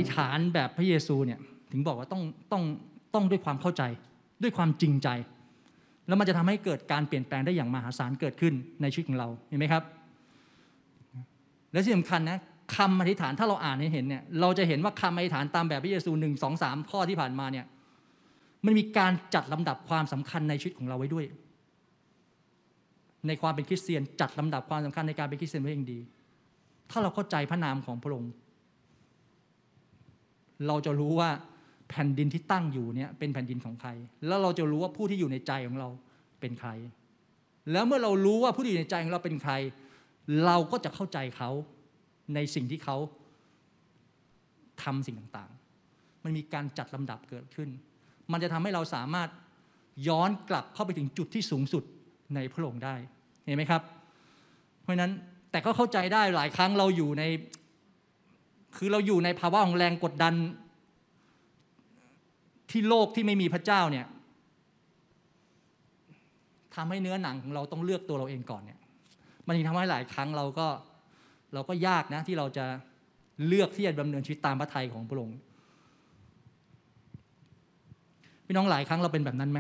ธิษฐานแบบพระเยซูเนี่ยถึงบอกว่าต้องด้วยความเข้าใจด้วยความจริงใจแล้วมันจะทำให้เกิดการเปลี่ยนแปลงได้อย่างมหาศาลเกิดขึ้นในชีวิตของเราเห็นไหมครับและที่สำคัญนะคำอธิษฐานถ้าเราอ่านให้เห็นเนี่ยเราจะเห็นว่าคำอธิษฐานตามแบบพระเยซู1 2 3ข้อที่ผ่านมาเนี่ยมันมีการจัดลำดับความสำคัญในชีวิตของเราไว้ด้วยในความเป็นคริสเตียนจัดลำดับความสำคัญในการเป็นคริสเตียนไว้อย่างดีถ้าเราเข้าใจพระนามของพระองค์เราจะรู้ว่าแผ่นดินที่ตั้งอยู่เนี่ยเป็นแผ่นดินของใครแล้วเราจะรู้ว่าผู้ที่อยู่ในใจของเราเป็นใครแล้วเมื่อเรารู้ว่าผู้ที่อยู่ในใจของเราเป็นใครเราก็จะเข้าใจเขาในสิ่งที่เขาทำสิ่งต่างๆมันมีการจัดลำดับเกิดขึ้นมันจะทำให้เราสามารถย้อนกลับเข้าไปถึงจุดที่สูงสุดในพระองค์ได้เห็นไหมครับเพราะฉะนั้นแต่ก็เข้าใจได้หลายครั้งเราอยู่ในภาวะของแรงกดดันที่โลกที่ไม่มีพระเจ้าเนี่ยทำให้เนื้อหนังของเราต้องเลือกตัวเราเองก่อนเนี่ยมันจึงทำให้หลายครั้งเราก็ยากนะที่เราจะเลือกที่จะดำเนินชีวิตตามพระทัยของพระองค์พี่น้องหลายครั้งเราเป็นแบบนั้นไหม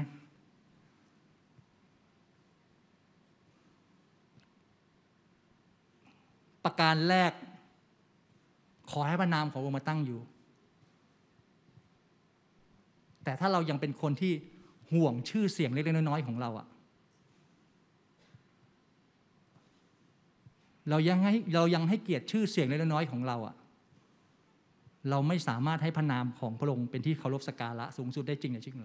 ประการแรกขอให้พระนามของพระองค์มาตั้งอยู่แต่ถ้าเรายังเป็นคนที่ห่วงชื่อเสียงเล็กๆน้อยๆของเราอะเรายังให้เกียรติชื่อเสียงเล็กๆน้อยๆของเราอะเราไม่สามารถให้พระนามของพระองค์เป็นที่เคารพสักการะสูงสุดได้จริงในชีวิตของ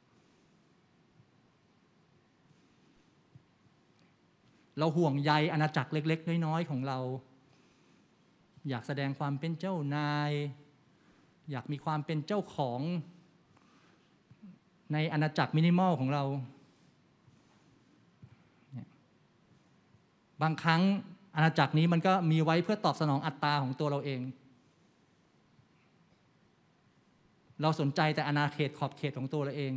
เราห่วงใยอาณาจักรเล็กๆน้อยๆของเราอยากแสดงความเป็นเจ้านายอยากมีความเป็นเจ้าของในอาณาจักรมินิมอลของเราบางครั้งอาณาจักรนี้มันก็มีไว้เพื่อตอบสนองอัตตาของตัวเราเองเราสนใจแต่อาณาเขตขอบเขตของตัวเราเอง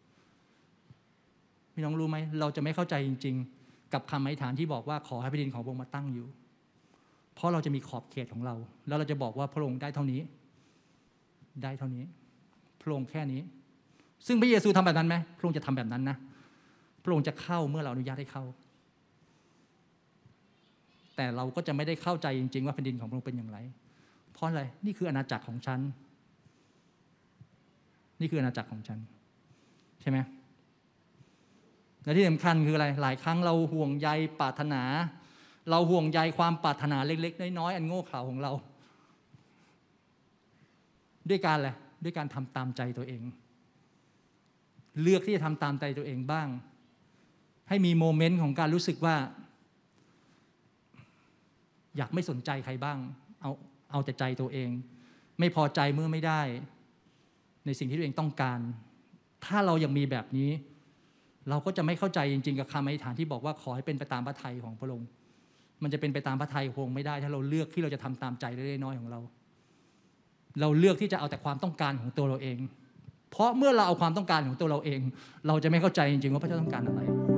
พี่น้องรู้ไหมเราจะไม่เข้าใจจริงๆกับคำอธิษฐานที่บอกว่าขอให้แผ่นดินของพระองค์มาตั้งอยู่เพราะเราจะมีขอบเขตของเราแล้วเราจะบอกว่าพระองค์ได้เท่านี้พระองค์แค่นี้ซึ่งพระเยซูทำแบบนั้นไหมพระองค์จะทำแบบนั้นนะพระองค์จะเข้าเมื่อเราอนุญาตให้เข้าแต่เราก็จะไม่ได้เข้าใจจริงๆว่าแผ่นดินของพระองค์เป็นอย่างไรเพราะอะไรนี่คืออาณาจักรของฉันนี่คืออาณาจักรของฉันใช่ไหมและที่สำคัญคืออะไรหลายครั้งเราห่วงใยปรารถนาเราห่วงใยความปรารถนาเล็กๆน้อยๆอันโง่เขลาของเราด้วยการอะไรด้วยการทำตามใจตัวเองเลือกที่จะทำตามใจตัวเองบ้างให้มีโมเมนต์ของการรู้สึกว่าอยากไม่สนใจใครบ้างเอาแต่ใจตัวเองไม่พอใจเมื่อไม่ได้ในสิ่งที่ตัวเองต้องการถ้าเรายังมีแบบนี้เราก็จะไม่เข้าใจจริงๆกับคำอธิษฐานที่บอกว่าขอให้เป็นไปตามพระทัยของพระองค์มันจะเป็นไปตามพระทัยของพระองค์ไม่ได้ถ้าเราเลือกที่เราจะทำตามใจเล็กๆน้อยๆของเราเลือกที่จะเอาแต่ความต้องการของตัวเราเองเพราะเมื่อเราเอาความต้องการของตัวเราเองเราจะไม่เข้าใจจริงๆว่าพระเจ้าต้องการอะไร